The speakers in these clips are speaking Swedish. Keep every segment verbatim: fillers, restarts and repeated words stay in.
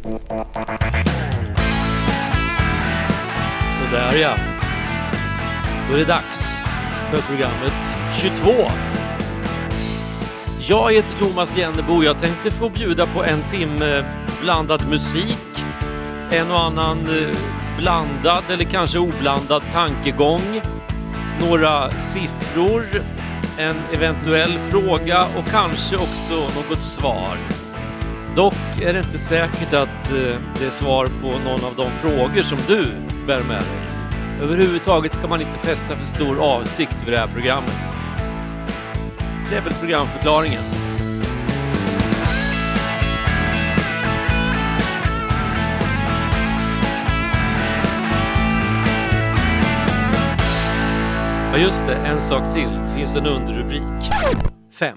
Sådär ja. Då är det dags för programmet tjugotvå. Jag heter Thomas Jennebo. Jag tänkte få bjuda på en timme blandad musik. En och annan blandad eller kanske oblandad tankegång. Några siffror. En eventuell fråga och kanske också något svar. Dock är det inte säkert att det är svar på någon av de frågor som du bär med dig. Överhuvudtaget ska man inte fästa för stor avsikt vid det här programmet. Det är väl programförklaringen. Ja just det, en sak till. Finns en underrubrik. Fem.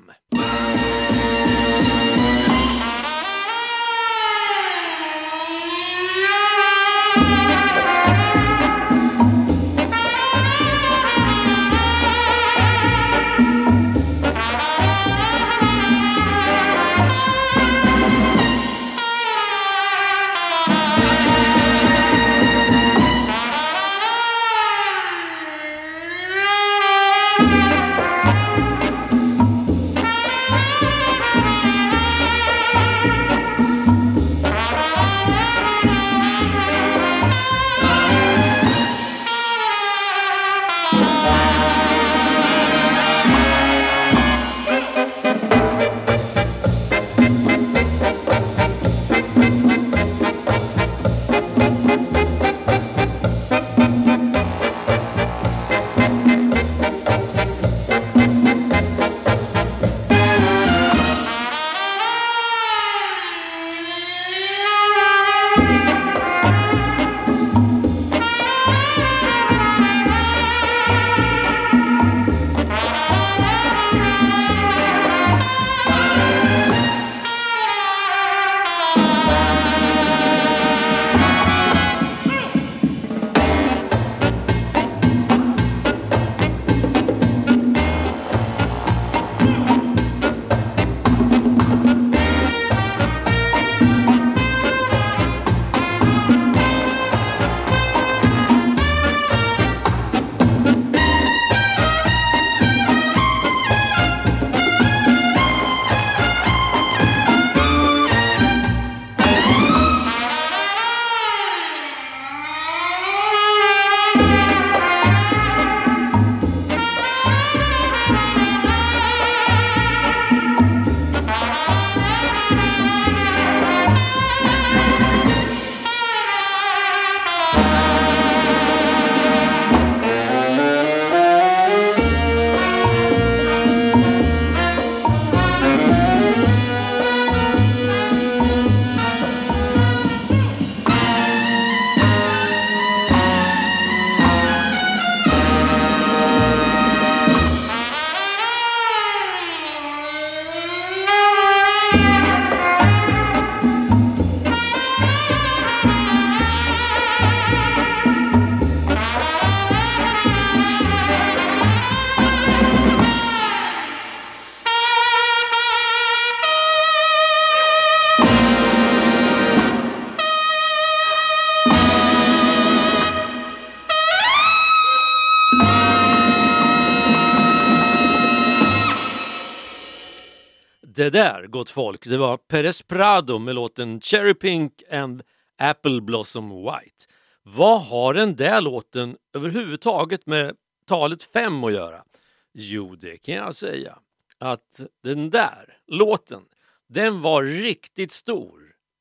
Det där, gott folk, det var Perez Prado med låten Cherry Pink and Apple Blossom White. Vad har den där låten överhuvudtaget med talet fem att göra? Jo, det kan jag säga. Att den där låten, den var riktigt stor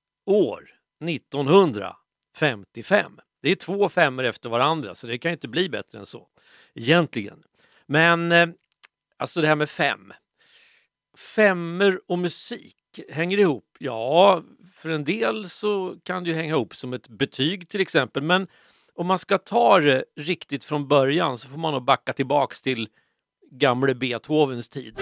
år nittonhundrafemtiofem. Det är två femmer efter varandra, så det kan inte bli bättre än så. Egentligen. Men, alltså det här med fem. Femmer och musik hänger ihop. Ja, för en del så kan det ju hänga ihop som ett betyg till exempel. Men om man ska ta det riktigt från början så får man nog backa tillbaks till gamle Beethovens tid.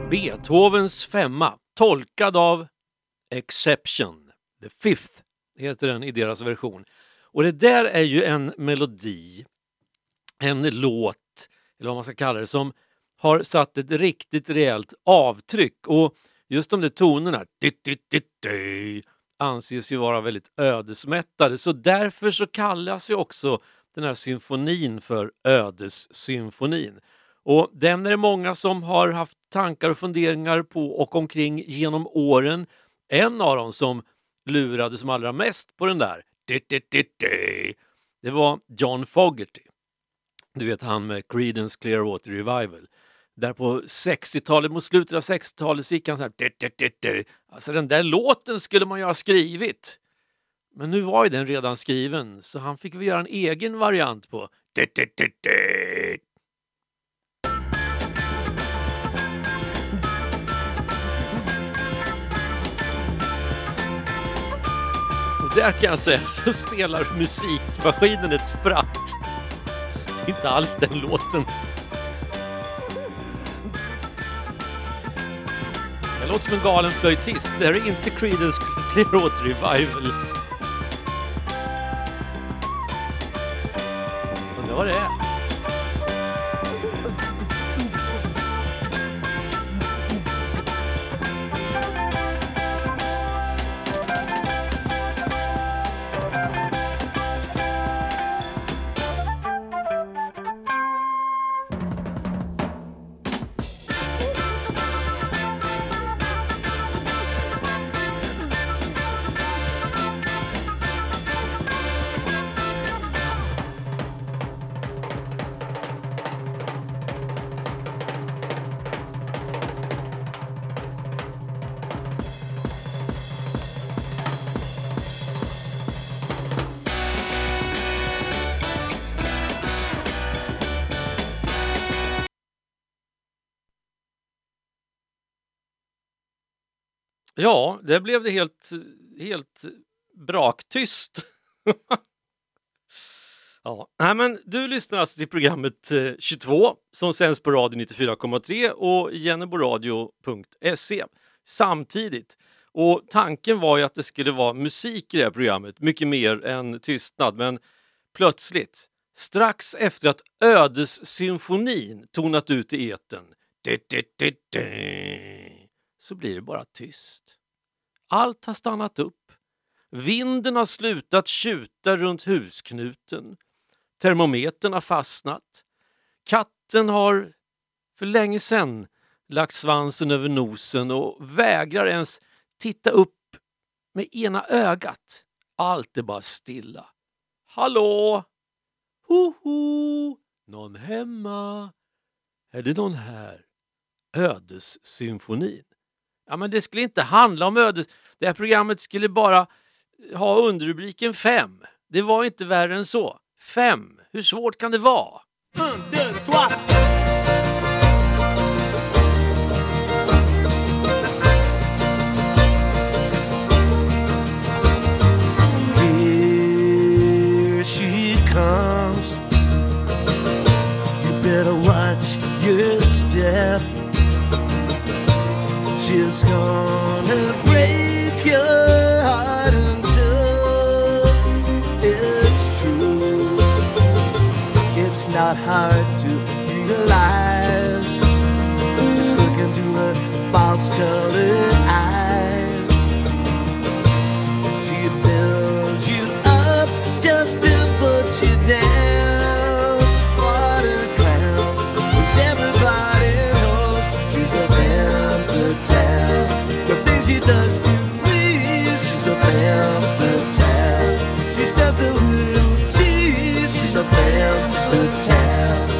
Beethovens femma, tolkad av Exception. The Fifth heter den i deras version. Och det där är ju en melodi, en låt, eller vad man ska kalla det, som har satt ett riktigt rejält avtryck. Och just de där tonerna anses ju vara väldigt ödesmättade. Så därför så kallas ju också den här symfonin för ödessymfonin. Och den är det många som har haft tankar och funderingar på och omkring genom åren. En av dem som lurade som allra mest på den där, det var John Fogerty. Du vet, han med Creedence Clearwater Revival. Där på sextiotalet, mot slutet av sextiotalet så gick han så här. Alltså den där låten skulle man ju ha skrivit. Men nu var ju den redan skriven, så han fick väl göra en egen variant på. Och där kan jag säga, så spelar musikmaskinen ett spratt. Inte alls den låten. Det låter som en galen flöjtist. Det här är inte Creedence Clearwater Revival. Undrar vad det är. Ja, det blev det helt, helt braktyst. Ja, nej, men du lyssnar alltså till programmet tjugotvå som sänds på radio nittiofyra komma tre och jenneboradio punkt se samtidigt. Och tanken var ju att det skulle vara musik i det här programmet, mycket mer än tystnad, men plötsligt, strax efter att ödessymfonin tonat ut i etern, så blir det bara tyst. Allt har stannat upp. Vinden har slutat tjuta runt husknuten. Termometern har fastnat. Katten har för länge sedan lagt svansen över nosen och vägrar ens titta upp med ena ögat. Allt är bara stilla. Hallå? Ho ho! Någon hemma? Är det någon här? Ödessymfonin. Ja, men det skulle inte handla om ödes. Det här programmet skulle bara ha underrubriken fem. Det var inte värre än så. Fem. Hur svårt kan det vara? Un, deux, trois. Here she comes. You better watch your step. She's gonna break your heart until it's true. It's not hard to realize. Just look into her false-colored eyes. She builds you up just to put you down. What a clown, 'cause everybody knows she's a femme fatale. The things she does to please, she's a femme fatale. She's just a little tease, she's a femme fatale.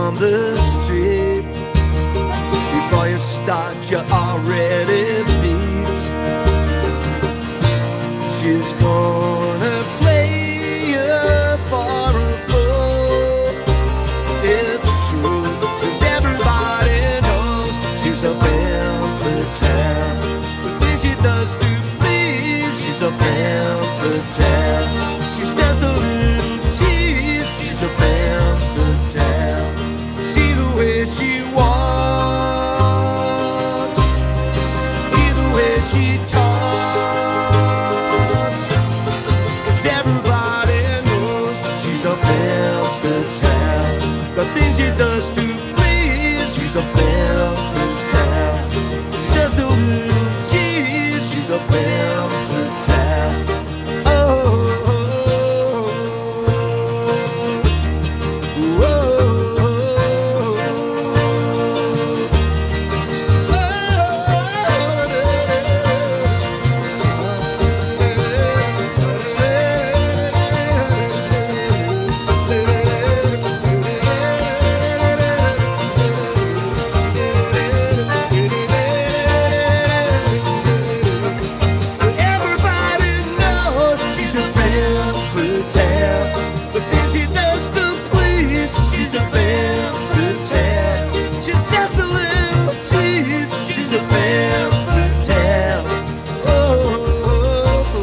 on the street. Before you start, you already beat. She's gonna play you for a fool. It's true, 'cause everybody knows she's a femme fatale. The things she does to please, she's a femme fatale. She's just a little tease, she's a femme fatale. See the way she walks, see the way she talks, 'cause everybody knows she's a femme fatale. The things she does to please, she's a femme fatale. Just a little tease, she's a femme fatale. Oh, everybody knows she's a femme fatale. The things she does to please, she's a femme fatale. She's just a little tease, she's a femme fatale. Oh, oh,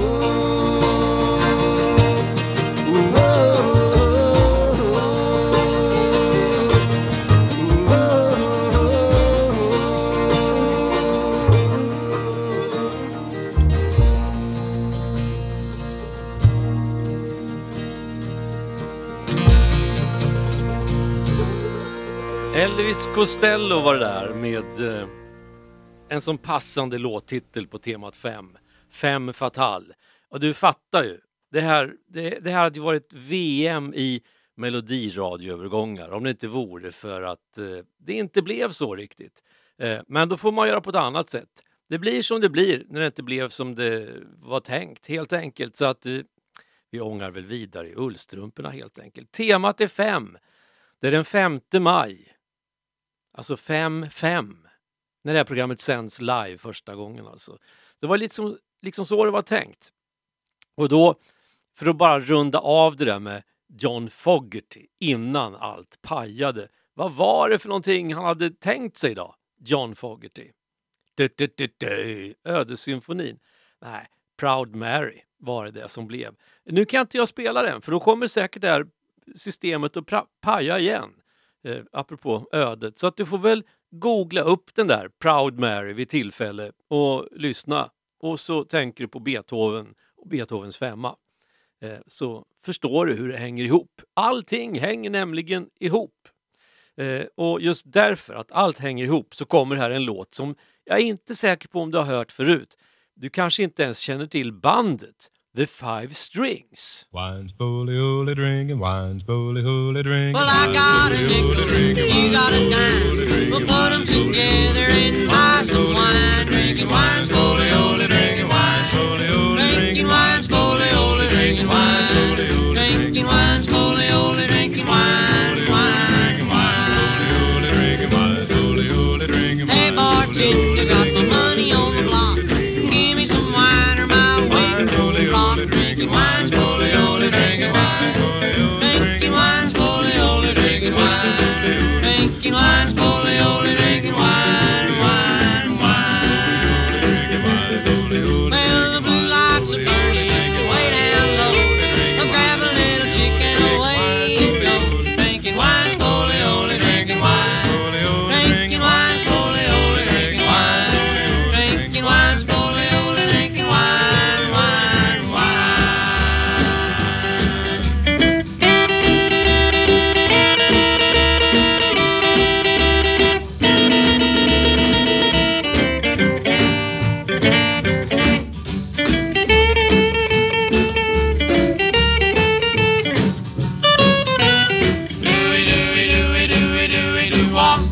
Elvis Costello var det där med eh, en sån passande låttitel på temat fem. Fem fatal. Och du fattar ju, det här, det, det här hade ju varit V M i melodiradioövergångar om det inte vore för att eh, det inte blev så riktigt. Eh, men då får man göra på ett annat sätt. Det blir som det blir när det inte blev som det var tänkt, helt enkelt. Så att eh, vi ångar väl vidare i ullstrumporna helt enkelt. Temat är fem. Det är den femte maj. Alltså fem fem. När det här programmet sänds live första gången alltså. Det var lite som, liksom så det var tänkt. Och då, för att bara runda av det där med John Fogerty innan allt pajade. Vad var det för någonting han hade tänkt sig då? John Fogerty. Du, du, du, du. Ödesymfonin. Nej, Proud Mary var det, det som blev. Nu kan inte jag spela den, för då kommer säkert det här systemet att pra- paja igen. Eh, apropå ödet. Så att du får väl googla upp den där Proud Mary vid tillfälle och lyssna. Och så tänker du på Beethoven och Beethovens femma. Eh, så förstår du hur det hänger ihop. Allting hänger nämligen ihop. Eh, och just därför att allt hänger ihop så kommer här en låt som jag är inte säker på om du har hört förut. Du kanske inte ens känner till bandet. The Five Strings. Wine's bully holy drinking, wine's bully holy drinking. Well, I got a nickel, you got a dime. We'll put them together and buy some wine. Drinking wine's bully holy drinking, wine's bully holy drinking, wine's bully holy drinking, wine. Drinking wine's bully holy drinking, wine, wine, wine. Hey, bartender, got my money on the block. Give me some wine or my way to rock. Drinking wine's bully holy drinking wine. Drinking wine's bully holy drinking wine. Drinking wine's bully holy drinking wine, wine, wine. Well, the blue lights are burning way down low. I'll grab a little chicken away you go. Drinking wine's bully holy drinking wine. Drinking wine's bully holy drinking wine. Drinking wine's bully holy drinking wine, wine, wine. Dooey, dooey, dooey, dooey, dooey, doo wop.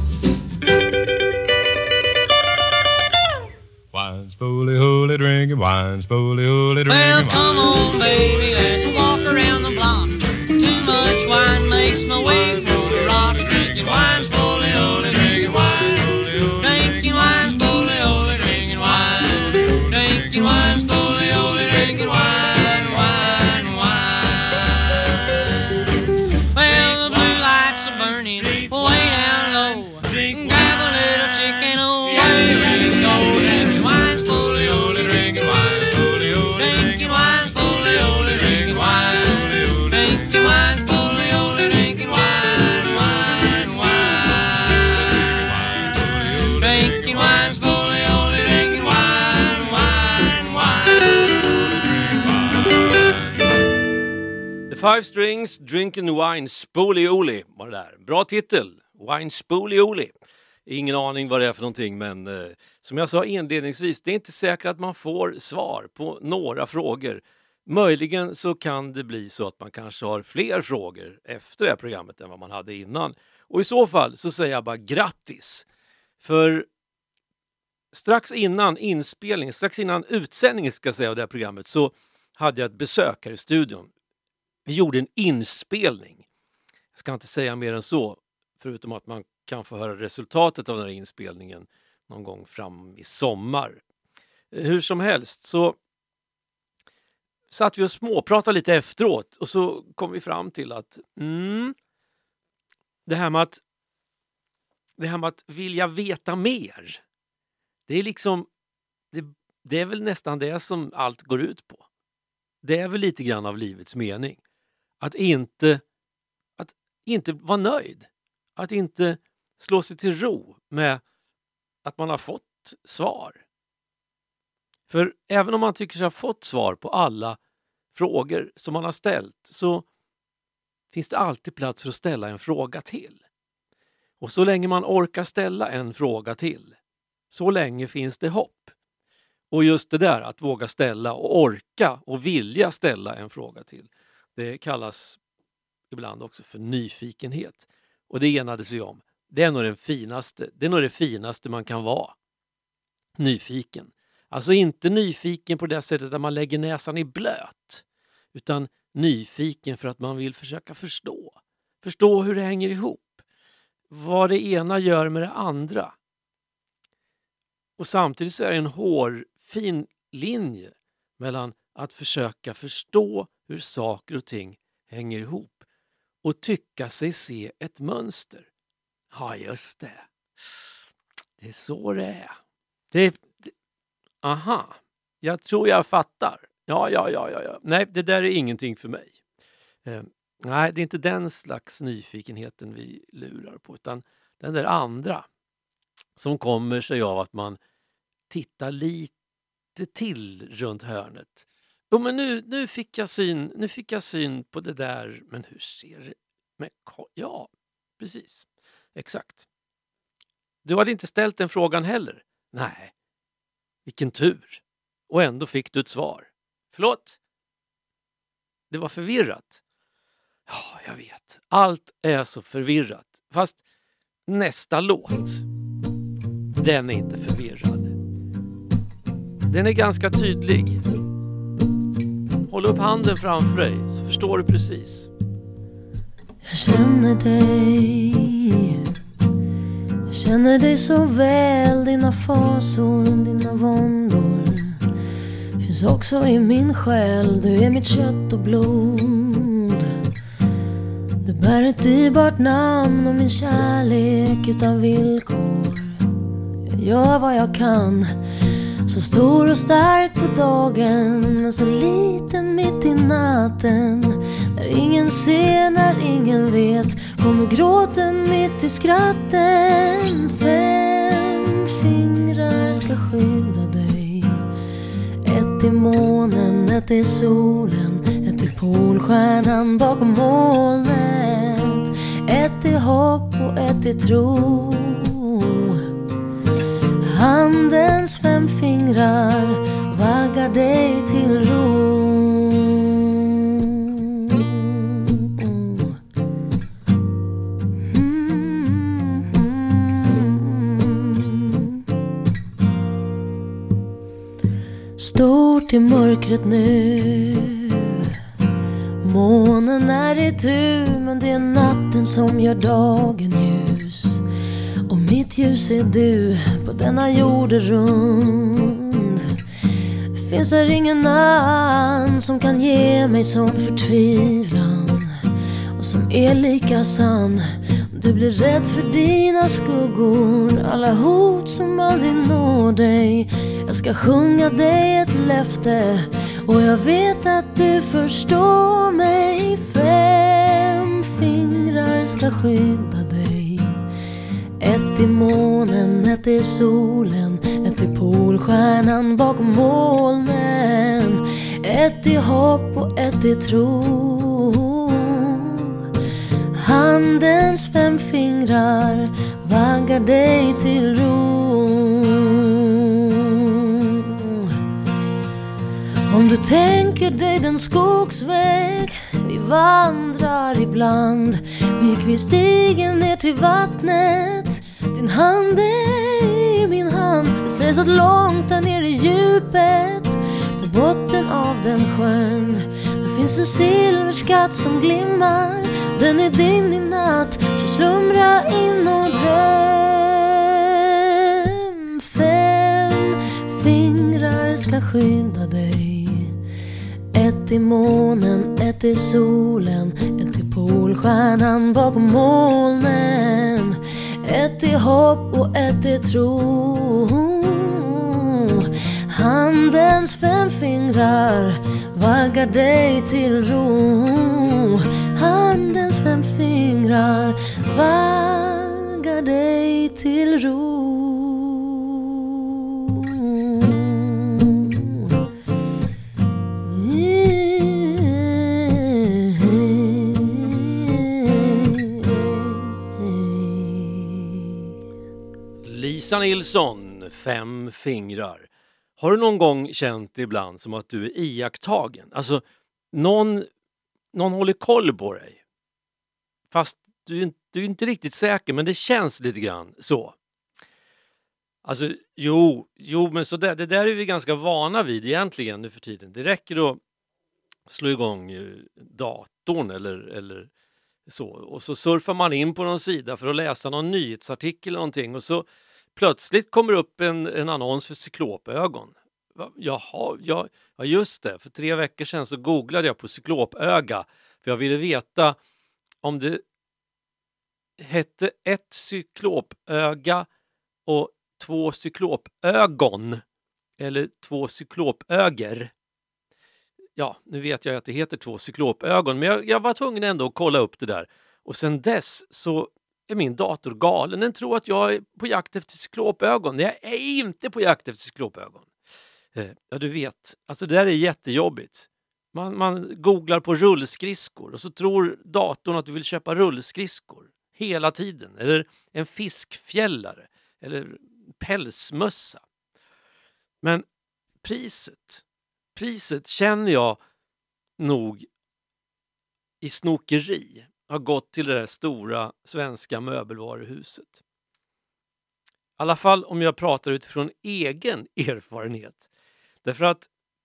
Wine's bully holy drinking, wine's bully holy Well, drinking. come on, baby, let's walk around the block. Too much wine makes my way through the rock. Drinking wine. Five Strings, Drinking Wine, Spooley-Ooley var det där. Bra titel, Wine Spooley-Ooley. Ingen aning vad det är för någonting, men eh, som jag sa inledningsvis, det är inte säkert att man får svar på några frågor. Möjligen så kan det bli så att man kanske har fler frågor efter det här programmet än vad man hade innan. Och i så fall så säger jag bara grattis. För strax innan inspelningen, strax innan utsändningen ska jag säga av det här programmet, så hade jag ett besök här i studion. Vi gjorde en inspelning. Jag ska inte säga mer än så, förutom att man kan få höra resultatet av den här inspelningen någon gång fram i sommar. Hur som helst så satt vi och småpratade lite efteråt och så kom vi fram till att mm, det här med att det här med att vilja veta mer, det är liksom det, det är väl nästan det som allt går ut på. Det är väl lite grann av livets mening. Att inte, att inte vara nöjd. Att inte slå sig till ro med att man har fått svar. För även om man tycker sig ha fått svar på alla frågor som man har ställt, så finns det alltid plats för att ställa en fråga till. Och så länge man orkar ställa en fråga till, så länge finns det hopp. Och just det där att våga ställa och orka och vilja ställa en fråga till, det kallas ibland också för nyfikenhet. Och det enades vi om. Det är nog den finaste, det är nog det finaste man kan vara. Nyfiken. Alltså inte nyfiken på det sättet att man lägger näsan i blöt, utan nyfiken för att man vill försöka förstå. Förstå hur det hänger ihop. Vad det ena gör med det andra. Och samtidigt så är det en hårfin linje mellan att försöka förstå hur saker och ting hänger ihop och tycka sig se ett mönster. Ja, just det. Det är så det är. Det, det, aha, jag tror jag fattar. Ja, ja, ja, ja, ja. Nej, det där är ingenting för mig. Eh, nej, det är inte den slags nyfikenheten vi lurar på, utan den där andra som kommer sig av att man tittar lite till runt hörnet. Jo, men nu, nu, fick jag syn, nu fick jag syn på det där, men hur ser det? Men, ja, precis. Exakt. Du hade inte ställt den frågan heller. Nej. Vilken tur. Och ändå fick du ett svar. Förlåt? Det var förvirrat. Ja, jag vet. Allt är så förvirrat. Fast nästa låt, den är inte förvirrad. Den är ganska tydlig. Håll upp handen framför dig så förstår du precis. Jag känner dig. Jag känner dig så väl. Dina fasor, dina våndor finns också i min själ. Du är mitt kött och blod. Du bär ett dyrbart namn och min kärlek utan villkor. Jag gör vad jag kan. Så stor och stark på dagen, men så liten mitt i natten. När ingen ser, när ingen vet, kommer gråten mitt i skratten. Fem fingrar ska skydda dig. Ett i månen, ett i solen, ett i polstjärnan bakom molnet. Ett i hopp och ett i tro. Handens fem fingrar vaggar dig till ro. Mm, mm. Stort i mörkret nu. Månen är i tur, men det är natten som gör dagen ljus. Och mitt ljus är du, på denna jorden rund. Finns här ingen annan som kan ge mig sån förtvivlan, och som är lika sann. Du blir rädd för dina skuggor, alla hot som aldrig når dig. Jag ska sjunga dig ett löfte, och jag vet att du förstår mig. Fem fingrar ska skydda dig. Ett i månen, ett i solen, ett i polstjärnan bakom molnen. Ett i hopp och ett i tro. Handens fem fingrar vaggar dig till ro. Om du tänker dig den skogsväg vi vandrar ibland, gick vi stigen ner till vattnet. Din hand är i min hand. Det sägs att långt där ner i djupet, på botten av den sjön, där finns en silverskatt som glimmar. Den är din i natt, så slumra in och dröm. Fem fingrar ska skydda dig. Ett i månen, ett i solen, ett i polstjärnan bakom molnen, ett i hopp och ett i tro. Handens fem fingrar vaggar dig till ro. Handens fem fingrar vaggar dig till ro. Lisa Nilsson, fem fingrar. Har du någon gång känt ibland som att du är iakttagen? Alltså, någon, någon håller koll på dig. Fast du, är- du är inte riktigt säker, men det känns lite grann så. Alltså, jo, jo men så där, det där är vi ganska vana vid egentligen nu för tiden. Det räcker att slå igång eh, datorn eller, eller så. Och så surfar man in på någon sida för att läsa någon nyhetsartikel eller någonting. Och så plötsligt kommer upp en, en annons för cyklopögon. Va? Jaha, ja, ja just det. För tre veckor sedan så googlade jag på cyklopöga. För jag ville veta om det hette ett cyklopöga och två cyklopögon. Eller två cyklopöger. Ja, nu vet jag att det heter två cyklopögon. Men jag, jag var tvungen ändå att kolla upp det där. Och sen dess så är min dator galen. Den tror att jag är på jakt efter cyklopögon. Jag är inte på jakt efter cyklopögon. Eh, ja, du vet. Alltså det där är jättejobbigt. Man, man googlar på rullskridskor och så tror datorn att du vill köpa rullskridskor hela tiden. Eller en fiskfjällare. Eller pälsmössa. Men priset, priset känner jag nog i snokeri har gått till det där stora svenska möbelvaruhuset. I alla fall om jag pratar utifrån egen erfarenhet. Därför att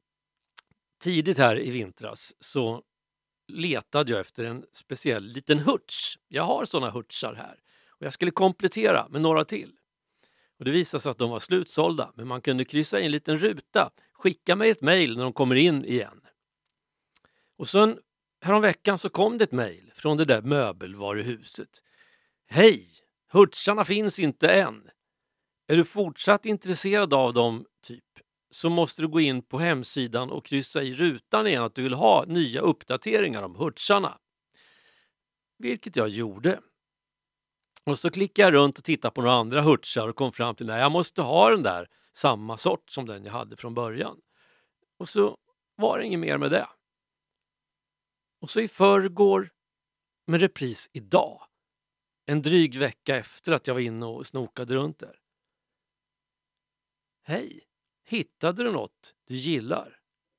tidigt här i vintras så letade jag efter en speciell liten hurts. Jag har såna hurtsar här och jag skulle komplettera med några till. Och det visade sig att de var slutsålda, men man kunde kryssa i en liten ruta. Skicka mig ett mejl när de kommer in igen. Och sen häromveckan så kom det ett mejl från det där möbelvaruhuset. Hej, hurtsarna finns inte än. Är du fortsatt intresserad av dem typ, så måste du gå in på hemsidan och kryssa i rutan igen att du vill ha nya uppdateringar om hurtsarna. Vilket jag gjorde. Och så klickade jag runt och tittade på några andra hurtsar och kom fram till att jag måste ha den där samma sort som den jag hade från början. Och så var det inget mer med det. Och så i förrgår med repris idag. En dryg vecka efter att jag var inne och snokade runt där. Hej, hittade du något du gillar?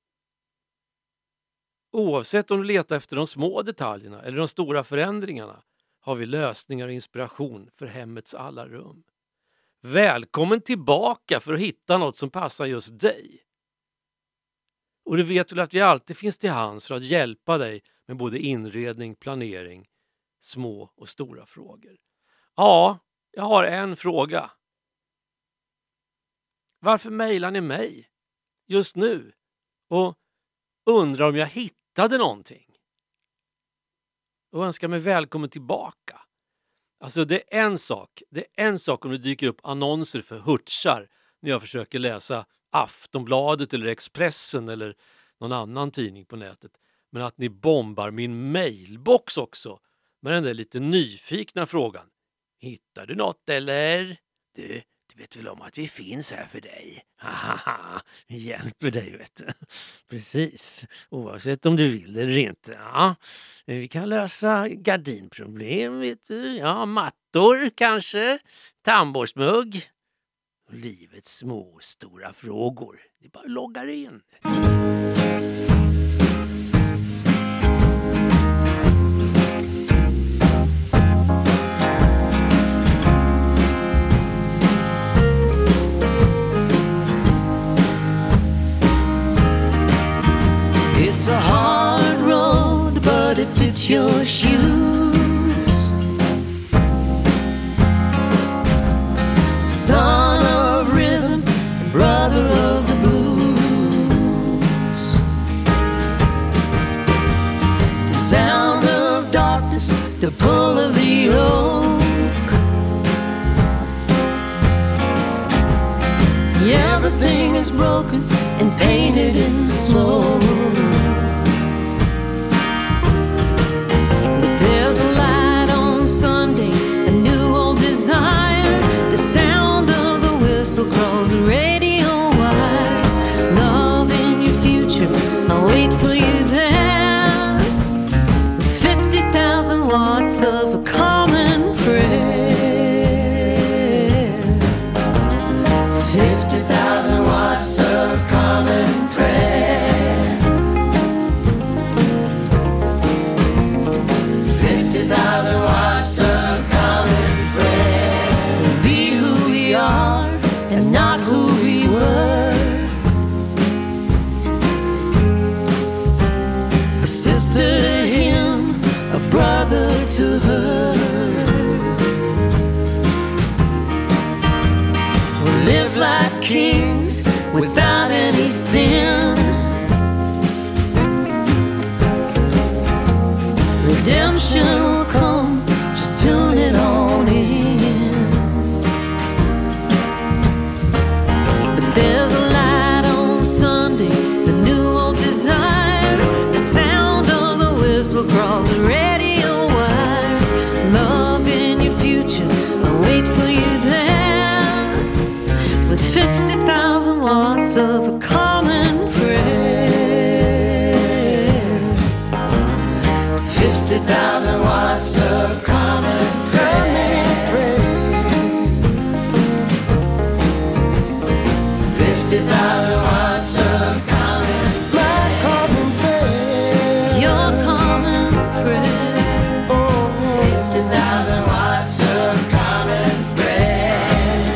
Oavsett om du letar efter de små detaljerna eller de stora förändringarna har vi lösningar och inspiration för hemmets alla rum. Välkommen tillbaka för att hitta något som passar just dig. Och du vet väl att vi alltid finns till hands för att hjälpa dig med både inredning, planering, små och stora frågor. Ja, jag har en fråga. Varför mejlar ni mig just nu och undrar om jag hittade någonting? Och önskar mig välkommen tillbaka. Alltså det är en sak. Det är en sak om det dyker upp annonser för hurtsar när jag försöker läsa Aftonbladet eller Expressen eller någon annan tidning på nätet. Men att ni bombar min mailbox också med den där lite nyfikna frågan. Hittar du något eller? Du, Du vet väl om att vi finns här för dig. Haha, vi hjälper dig, vet du. Precis, oavsett om du vill eller inte. Ja. Vi kan lösa gardinproblem, vet du. Ja, mattor kanske. Tandborstmugg. Och livets små och stora frågor. Det bara loggar in. It's a hard road, but it fits your shoes. Son of rhythm, brother of the blues. The sound of darkness, the pull of the oak. Everything is broken and painted in smoke. Across the radio wires, love in your future, I'll wait for you there. With fifty thousand watts of a common prayer. Fifty thousand watts of common prayer. Fifty thousand watts of common prayer. Be who we are and not who we were. A sister to him, a brother to her. We'll live like kings without any sin. Redemption will come, just tune it on in. There's a light on Sunday, the new old design. The sound of the whistle across the radio wires. Love in your future, I'll wait for you there. With fifty thousand watts of a common prayer. Fifty thousand watts of common prayer. Fifty thousand watts of common prayer. Common prayer. Your common prayer. Oh. Fifty thousand watts of common prayer.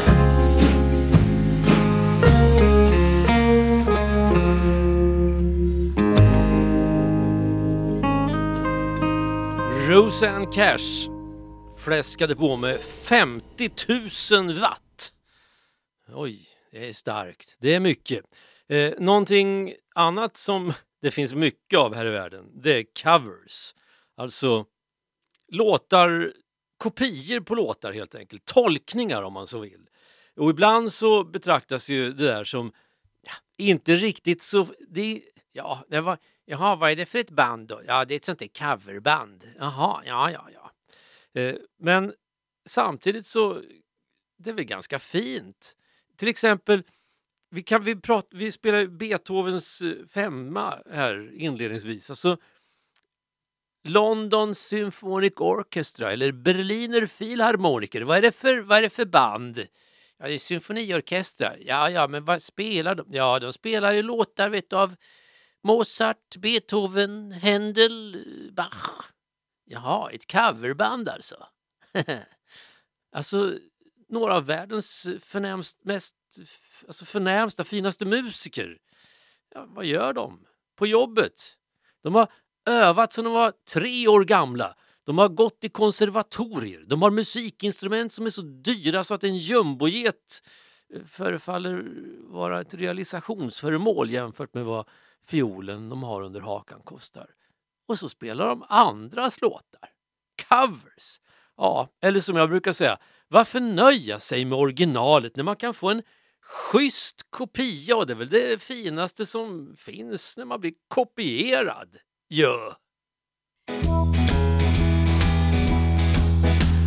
Rosanne Cash fläskade på med femtio tusen watt. Oj. Det är starkt. Det är mycket. Eh, någonting annat som det finns mycket av här i världen, det är covers. Alltså låtar, kopior på låtar helt enkelt. Tolkningar om man så vill. Och ibland så betraktas ju det där som ja, inte riktigt så... Det, ja, det var, jaha, vad är det för ett band då? Ja, det är ett sånt där coverband. Jaha, ja, ja, ja. Eh, men samtidigt så det är väl ganska fint. Till exempel, vi, kan, vi, prata, vi spelar Beethovens femma här inledningsvis. Alltså London Symphonic Orchestra eller Berliner Philharmoniker. Vad är det för, vad är det för band? Ja, det är symfoniorkestrar. Ja, ja, men vad spelar de? Ja, de spelar ju låtar vet du, av Mozart, Beethoven, Händel, Bach. Jaha, ett coverband alltså. Alltså... några av världens förnämst, mest, alltså förnämsta, finaste musiker. Ja, vad gör de? På jobbet. De har övat sedan de var tre år gamla. De har gått i konservatorier. De har musikinstrument som är så dyra så att en jumbojet förefaller vara ett realisationsföremål jämfört med vad fiolen de har under hakan kostar. Och så spelar de andras låtar. Covers. Ja, eller som jag brukar säga, varför nöja sig med originalet när man kan få en schysst kopia? Och det är väl det finaste som finns när man blir kopierad. Ja.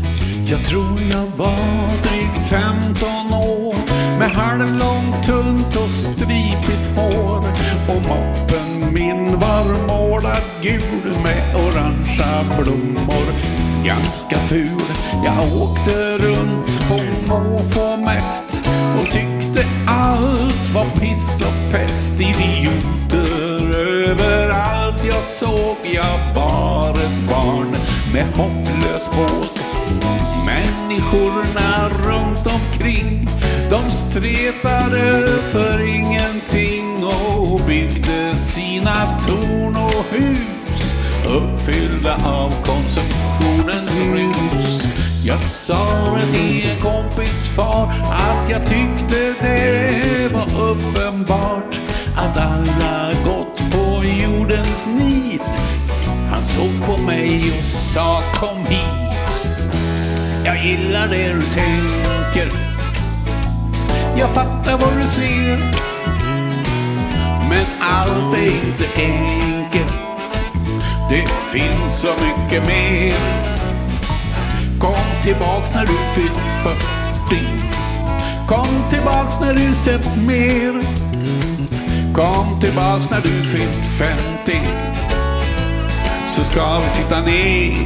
Jag tror jag var drygt femton år, med halvlångt, tunt och stripigt hår. Och moppen min var målad gul med orangea blommor. Ganska ful. Jag åkte runt på måfå mest och tyckte allt var piss och pest. Idioter överallt jag såg. Jag var ett barn med hopplös håg. Människorna runt omkring, de stretade för ingenting och byggde sina torn och hus uppfyllda av konsumtionens rus. Jag sa det till en kompis far att jag tyckte det var uppenbart att alla gått på jordens nit. Han såg på mig och sa kom hit. Jag gillar det du tänker, jag fattar vad du ser, men allt är inte enkelt, det finns så mycket mer. Kom tillbaks när du fyllt fyrtio, kom tillbaks när du sett mer, kom tillbaks när du fyllt femtio, så ska vi sitta ner.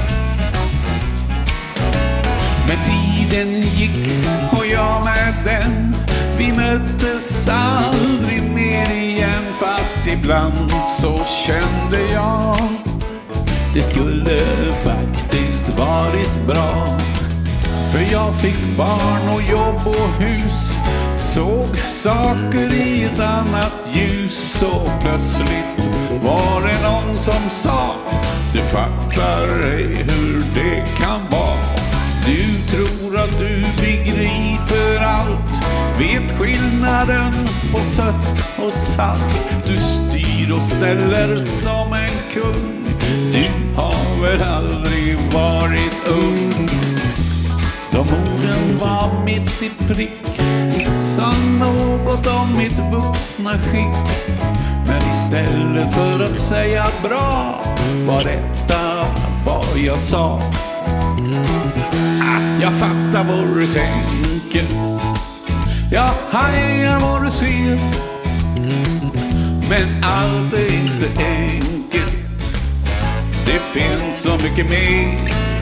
Men tiden gick och jag med den, vi möttes aldrig mer igen. Fast ibland så kände jag det skulle faktiskt varit bra. För jag fick barn och jobb och hus, såg saker i ett annat ljus. Så plötsligt var det någon som sa du fattar ej hur det kan vara. Du tror att du begriper allt, vet skillnaden på sött och salt. Du styr och ställer som en kung, du har väl aldrig varit ung. De orden var mitt i prick, sa något om mitt vuxna skick. Men istället för att säga bra var detta vad jag sa. Jag fattar vad du tänker, jag hajar vad du ser, men allt är inte enkelt, det finns så mycket mer.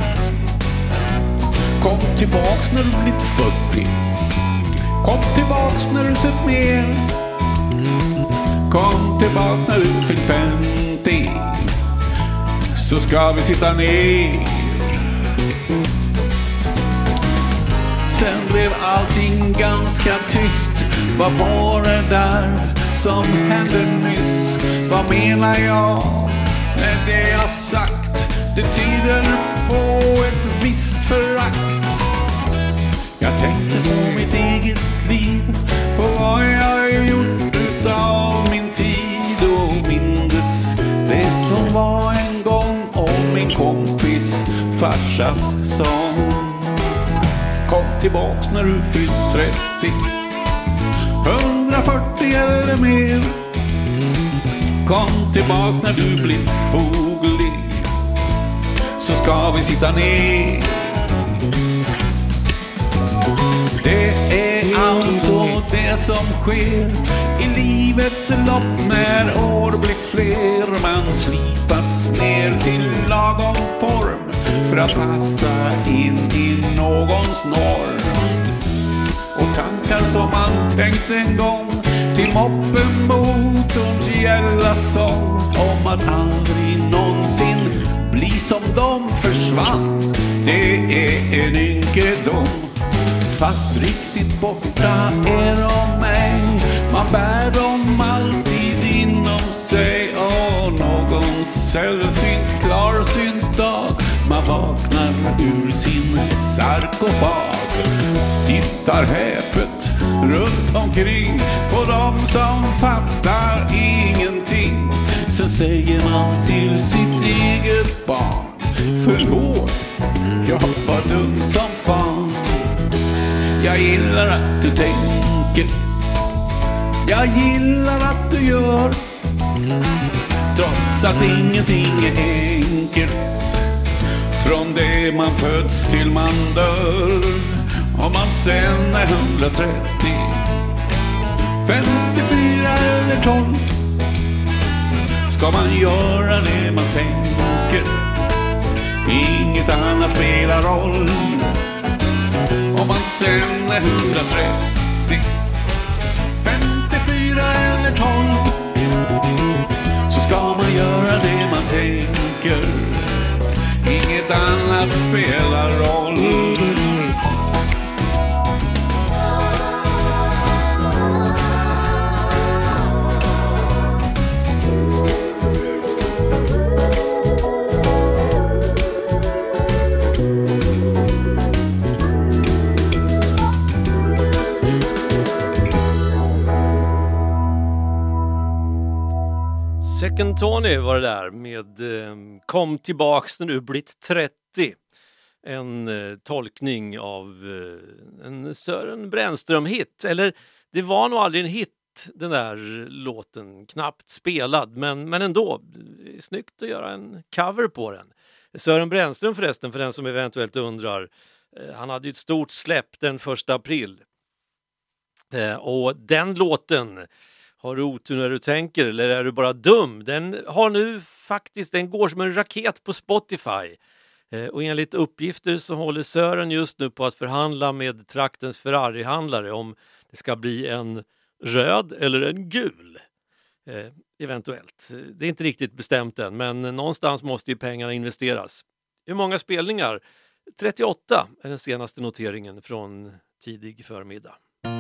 Kom tillbaks när du blivit fyrtio, kom tillbaks när du sett mer, kom tillbaks när du fyllt femtio, så ska vi sitta ner. Sen blev allting ganska tyst. Vad var det där som hände nyss? Vad menar jag med det jag sagt? Det tyder på ett visst förakt. Jag tänkte på mitt eget liv, på vad jag gjort utav min tid, och mindes det som var en gång om min kompis farsas sång. Kom tillbaks när du fyllt trettio, hundrafyrtio eller mer. Kom tillbaks när du blivit foglig, så ska vi sitta ner. Det är alltså det som sker i livets lopp när år blir fler. Man slipas ner till lagom form för att passa in i någons norm. Och tankar som man tänkt en gång till moppen motorns gälla sång om att aldrig någonsin bli som de försvann. Det är en ynkedom, fast riktigt borta är de mig. Man bär dem alltid inom sig, och någon sällsynt klarsynt dag man vaknar ur sin sarkofag. Tittar häpet runt omkring på dem som fattar ingenting. Sen säger man till sitt eget barn: förlåt, jag var dum som fan. Jag gillar att du tänker, jag gillar att du gör, trots att ingenting är enkelt. Från det man föds till man dör. Om man sen är hundratrettio, femtiofyra eller tolv, ska man göra det man tänker. Inget annat spelar roll. Om man sen är hundratrettio, femtiofyra eller tolv, så ska man göra det man tänker. Inget annat spelar roll. Second Tony var det där med eh, Kom tillbaks när du blivit trettio. En eh, tolkning av eh, en Sören Brännström-hit. Eller det var nog aldrig en hit, den där låten. Knappt spelad, men, men ändå. Snyggt att göra en cover på den. Sören Brännström förresten, för den som eventuellt undrar. Eh, han hade ju ett stort släpp den första april. Eh, och den låten... Har du otur när du tänker eller är du bara dum? Den har nu faktiskt, den går som en raket på Spotify. Eh, och enligt uppgifter så håller Sören just nu på att förhandla med traktens Ferrari-handlare om det ska bli en röd eller en gul. Eh, eventuellt. Det är inte riktigt bestämt än, men någonstans måste ju pengarna investeras. Hur många spelningar? trettioåtta är den senaste noteringen från tidig förmiddag.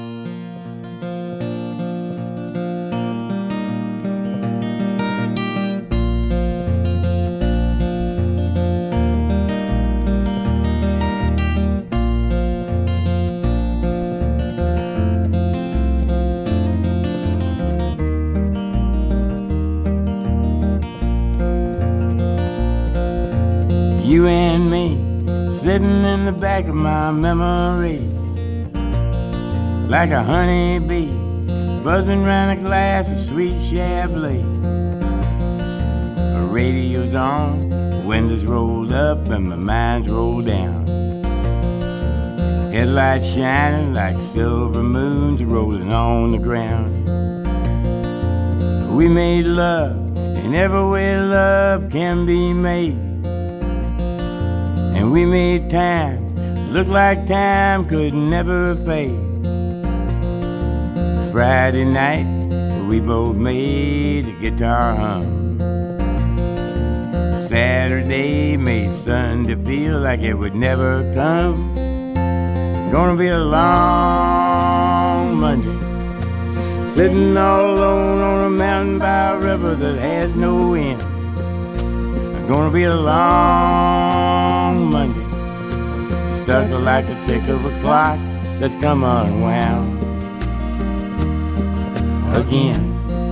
You and me, sitting in the back of my memory, like a honeybee, buzzing round a glass of sweet Chablis. A radio's on, windows rolled up and my mind's rolled down. Headlights shining like silver moons rolling on the ground. We made love in every way love can be made. And we made time look like time could never fade. Friday night, we both made the guitar hum. Saturday made Sunday feel like it would never come. Gonna be a long Monday, sitting all alone on a mountain by a river that has no end. Gonna be a long Monday, stuck like the tick of a clock that's come unwound again.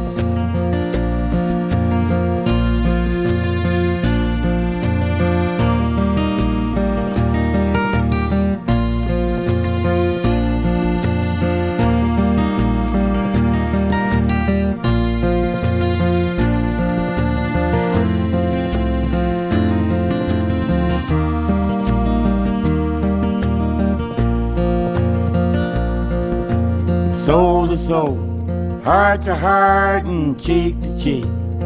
Soul to soul, heart to heart and cheek to cheek.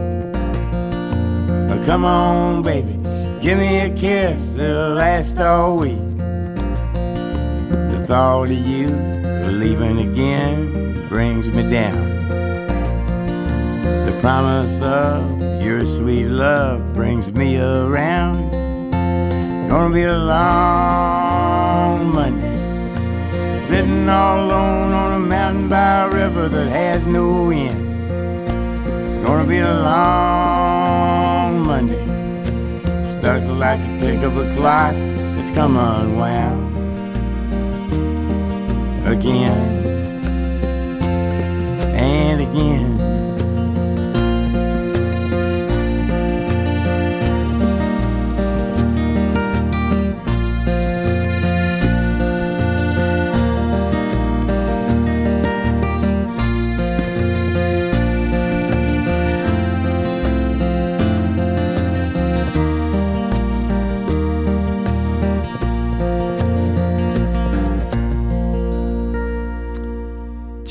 But come on, baby, give me a kiss that'll last all week. The thought of you leaving again brings me down. The promise of your sweet love brings me around. Gonna be a long Monday, sitting all alone on a mountain by a river that has no end. It's gonna be a long Monday, stuck like the tick of a clock that's come unwound again and again.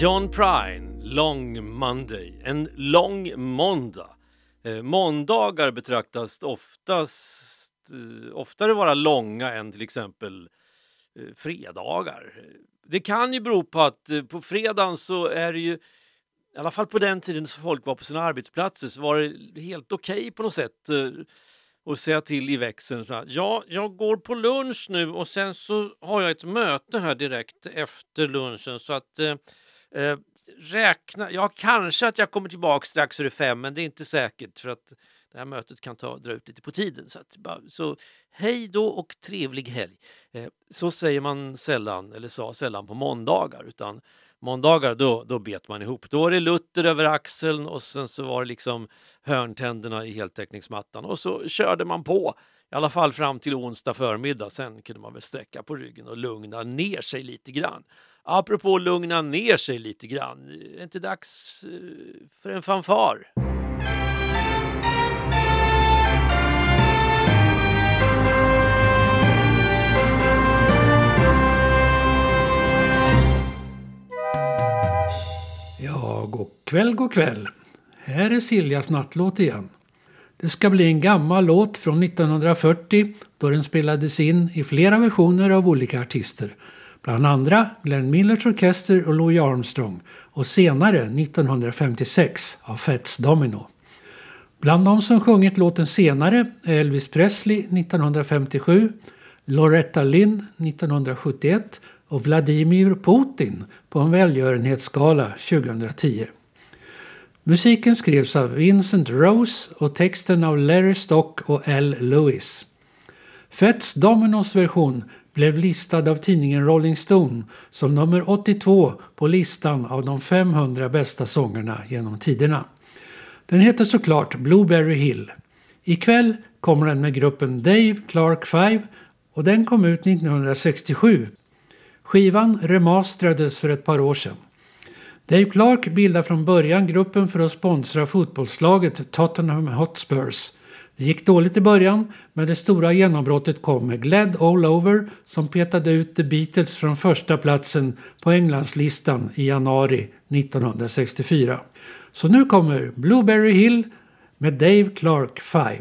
John Prine, Long Monday. En lång måndag. Eh, måndagar betraktas oftast, eh, oftare vara långa än till exempel eh, fredagar. Det kan ju bero på att eh, på fredagen så är det ju, i alla fall på den tiden så folk var på sina arbetsplatser, så var det helt okej okay på något sätt eh, att säga till i växeln. Ja, jag går på lunch nu och sen så har jag ett möte här direkt efter lunchen, så att eh, Eh, räkna, ja kanske att jag kommer tillbaka strax före fem, men det är inte säkert för att det här mötet kan ta, dra ut lite på tiden. Så, att, så hej då och trevlig helg. Eh, så säger man sällan, eller sa sällan på måndagar, utan måndagar då, då bet man ihop. Då är det Luther över axeln och sen så var det liksom hörntänderna i heltäckningsmattan och så körde man på. I alla fall fram till onsdag förmiddag, sen kunde man väl sträcka på ryggen och lugna ner sig lite grann. Apropå lugna ner sig lite grann, är det inte dags för en fanfar? Ja, god kväll, god kväll. Här är Siljas nattlåt igen. Det ska bli en gammal låt från nittonhundrafyrtio då den spelades in i flera versioner av olika artister. Bland andra Glenn Millers orkester och Louis Armstrong, och senare nittonhundrafemtiosex av Fats Domino. Bland de som sjungit låten senare är Elvis Presley nittonhundrafemtiosju, Loretta Lynn nittonhundrasjuttioett och Vladimir Putin på en välgörenhetsgala tjugohundratio. Musiken skrevs av Vincent Rose och texten av Larry Stock och L. Lewis. Fats Dominos version blev listad av tidningen Rolling Stone som nummer åttiotvå på listan av de femhundra bästa sångerna genom tiderna. Den heter såklart Blueberry Hill. Ikväll kommer den med gruppen Dave Clark Five och den kom ut nittonhundrasextiosju. Skivan remasterades för ett par år sedan. Dave Clark bildade från början gruppen för att sponsra fotbollslaget Tottenham Hotspurs. Det gick dåligt i början, men det stora genombrottet kom med Glad All Over som petade ut The Beatles från första platsen på Englandslistan i januari nittonhundrasextiofyra. Så nu kommer Blueberry Hill med Dave Clark Five.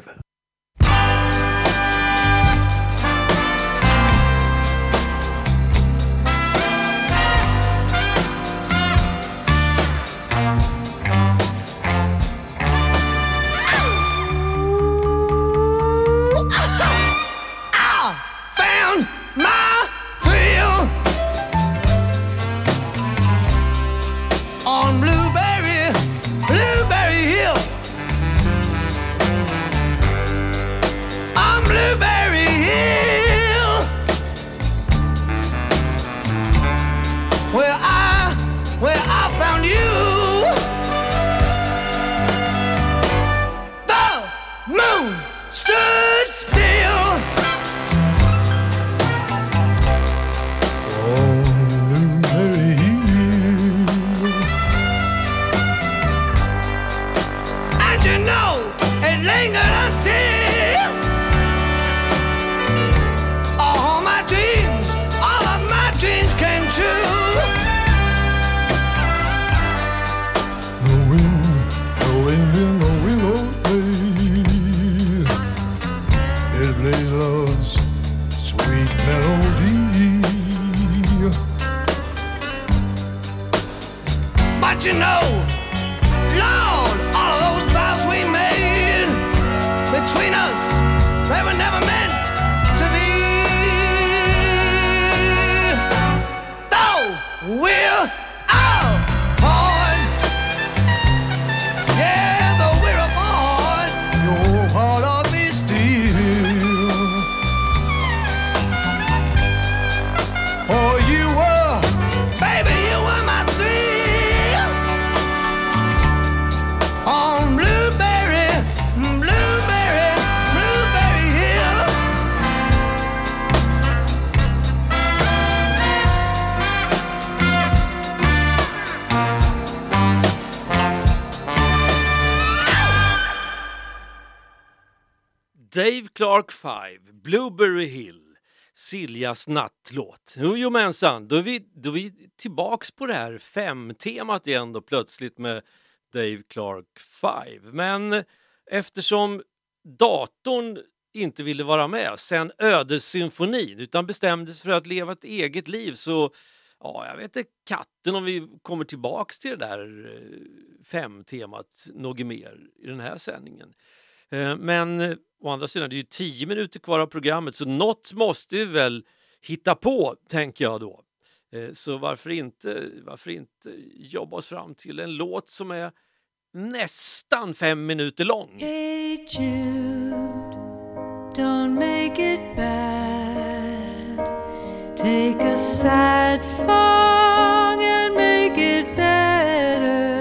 Dave Clark Five, Blueberry Hill. Siljas nattlåt. Jo, jo mensan, då är, vi, då är vi tillbaks på det här fem-temat igen då plötsligt med Dave Clark Five. Men eftersom datorn inte ville vara med sen ödessymfonin utan bestämde sig för att leva ett eget liv, så ja, jag vet inte katten om vi kommer tillbaks till det där fem-temat något mer i den här sändningen. Men å andra sidan, det är ju tio minuter kvar av programmet, så något måste vi väl hitta på, tänker jag då. Så varför inte, varför inte jobba oss fram till en låt som är nästan fem minuter lång. Hey Jude, don't make it bad. Take a sad song and make it better.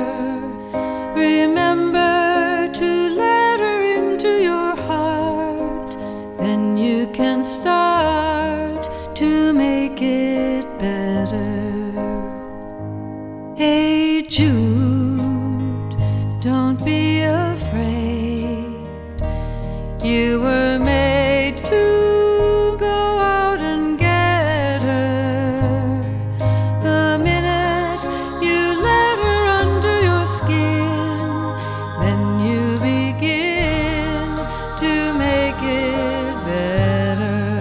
Remember to let her into your heart. Then you can start to make it better. Hey Jude, don't be afraid. You were made to go out and get her. The minute you let her under your skin, then you begin to make it better.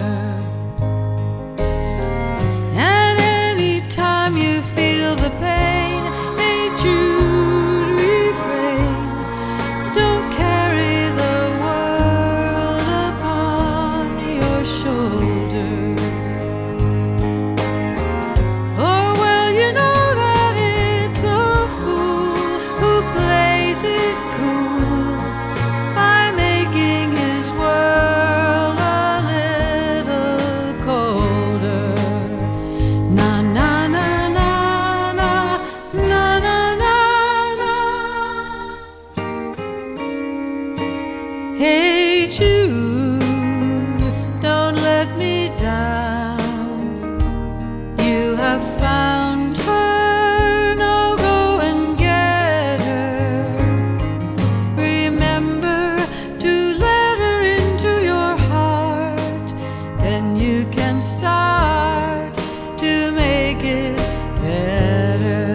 And anytime you feel the pain, hey Jude, refrain. Don't carry the world upon your shoulder. For well you know that it's a fool who plays it cool by making his world a little colder. Na na na na na na na na na. Hey Jude, don't let me down. You have found her, now go and get her. Remember to let her into your heart. Then you can start to make it better.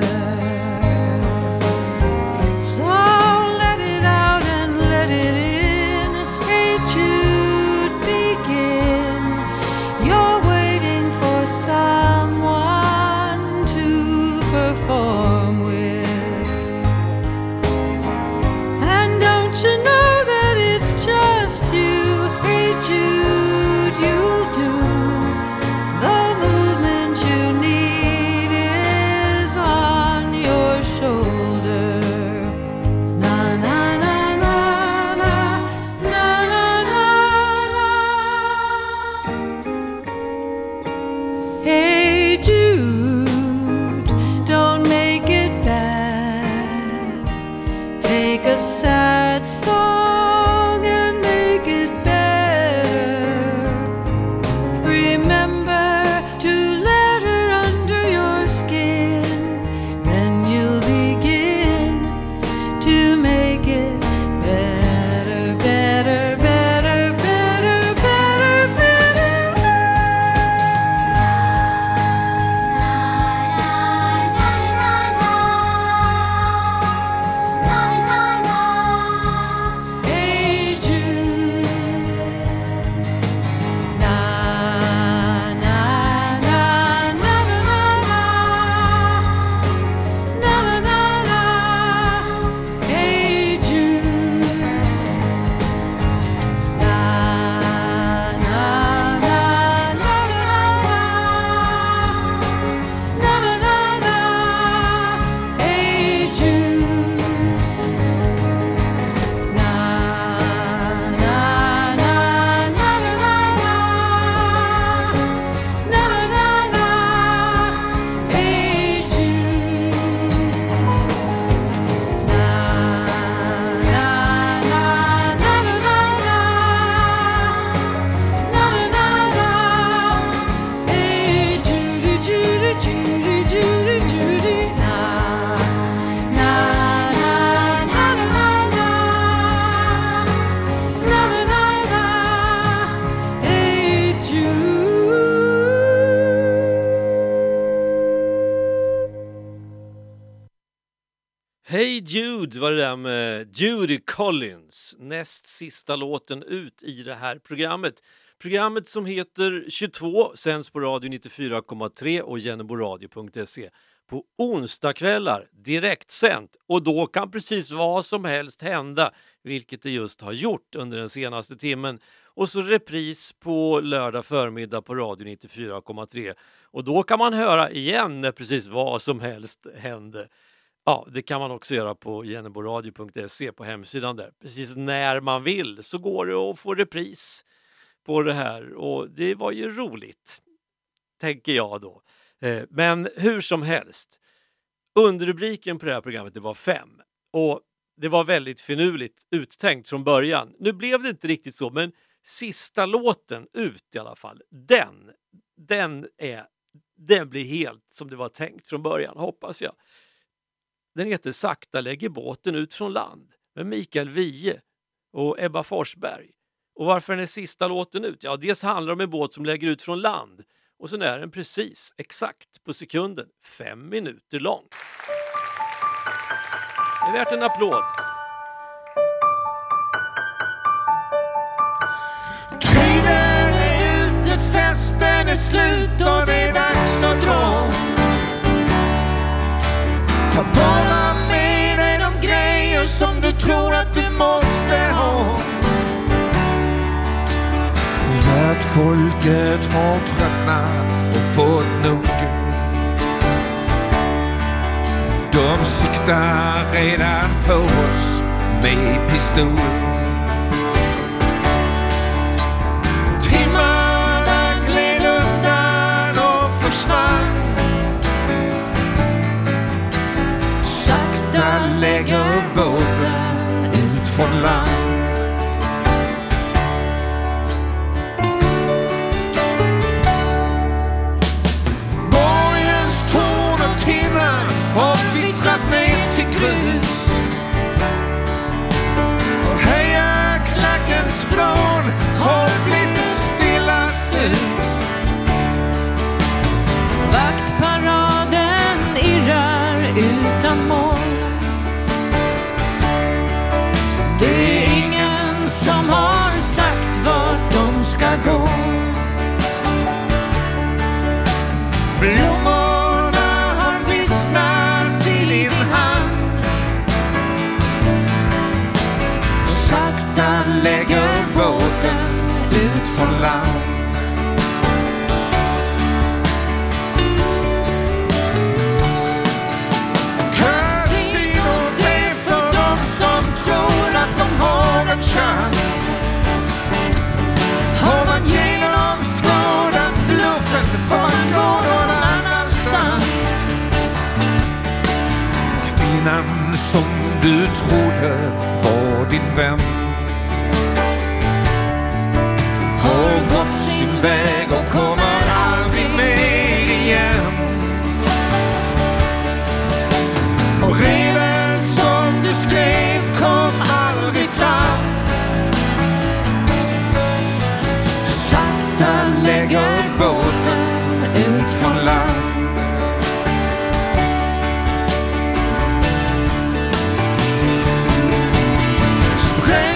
So let it out and let it in. Hey Jude, begin. You're waiting for someone to perform with. And don't you know that it's just you? Hey Jude, you'll do. The movement you need is on your shoulder. Na na na na na na na na. Hey Jude, don't make it bad. Take a sad song and make it better. Remember to let her under your skin. Then you'll begin to make it better, better, better, better, better, better. Jude var det där med Judy Collins. Näst sista låten ut i det här programmet. Programmet som heter tjugotvå sänds på radio nittiofyra komma tre och jenneboradio punkt se på onsdagskvällar direkt sänt. Och då kan precis vad som helst hända, vilket det just har gjort under den senaste timmen. Och så repris på lördag förmiddag på radio nittiofyra komma tre. Och då kan man höra igen när precis vad som helst hände. Ja, det kan man också göra på jenneboradio punkt se på hemsidan där. Precis när man vill så går det att få repris på det här. Och det var ju roligt, tänker jag då. Men hur som helst, underrubriken på det här programmet det var fem. Och det var väldigt finurligt uttänkt från början. Nu blev det inte riktigt så, men sista låten ut i alla fall, den, den, är, den blir helt som det var tänkt från början, hoppas jag. Den heter Sakta lägger båten ut från land med Mikael Wiehe och Ebba Forsberg. Och varför den är sista låten ut? Ja, dels handlar det om en båt som lägger ut från land. Och sen är den precis, exakt på sekunden, fem minuter lång. Det är värt en applåd. Tiden är ute, festen är slut och det är dags att dra. Ta bara med dig de grejer som du tror att du måste ha. Världfolket har tröttnat och fått nog. De siktar redan på oss med pistol. Timmarna gled undan och försvann. Sakta lägger båten ut från land. Borgens torn och tinnar har vittrat ner till grus. Och hejarklackens från har blivit ett stilla sus. Vaktparaden irrar utan mål. Det är ingen som har sagt vart de ska gå. Blommorna har vissnat i din hand. Sakta lägger båten ut från land. Casino, det är för dem som tror att de har en chans. Har man genomskådat bluffen får man gå någon annanstans. Kvinnan som du trodde var din vän har gått sin väg och kommer aldrig mer igen. Och breven som du skrev kom aldrig fram. Sakta lägger båten ut från land. Spräng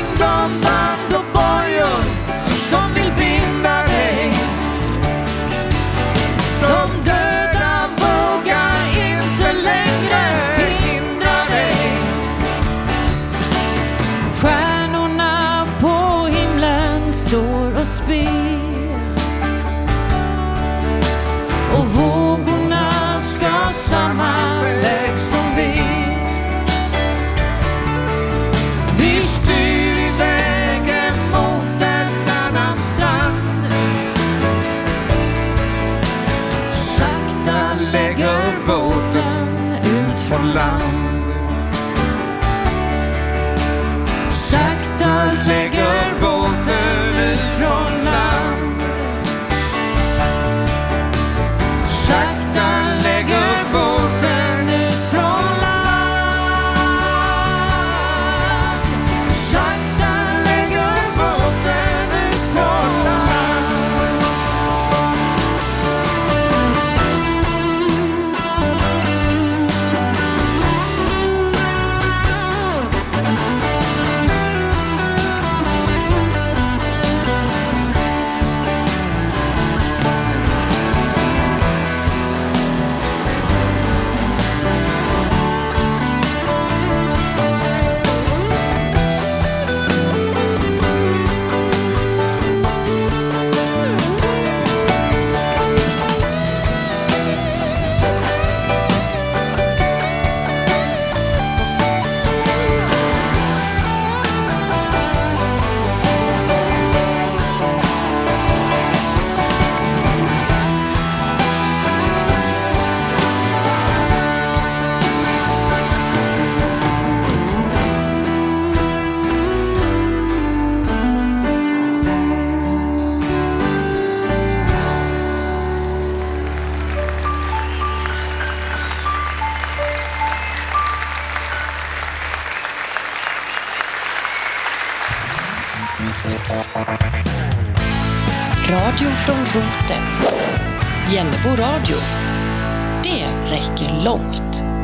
Radio från roten. Jennebo radio. Det räcker långt.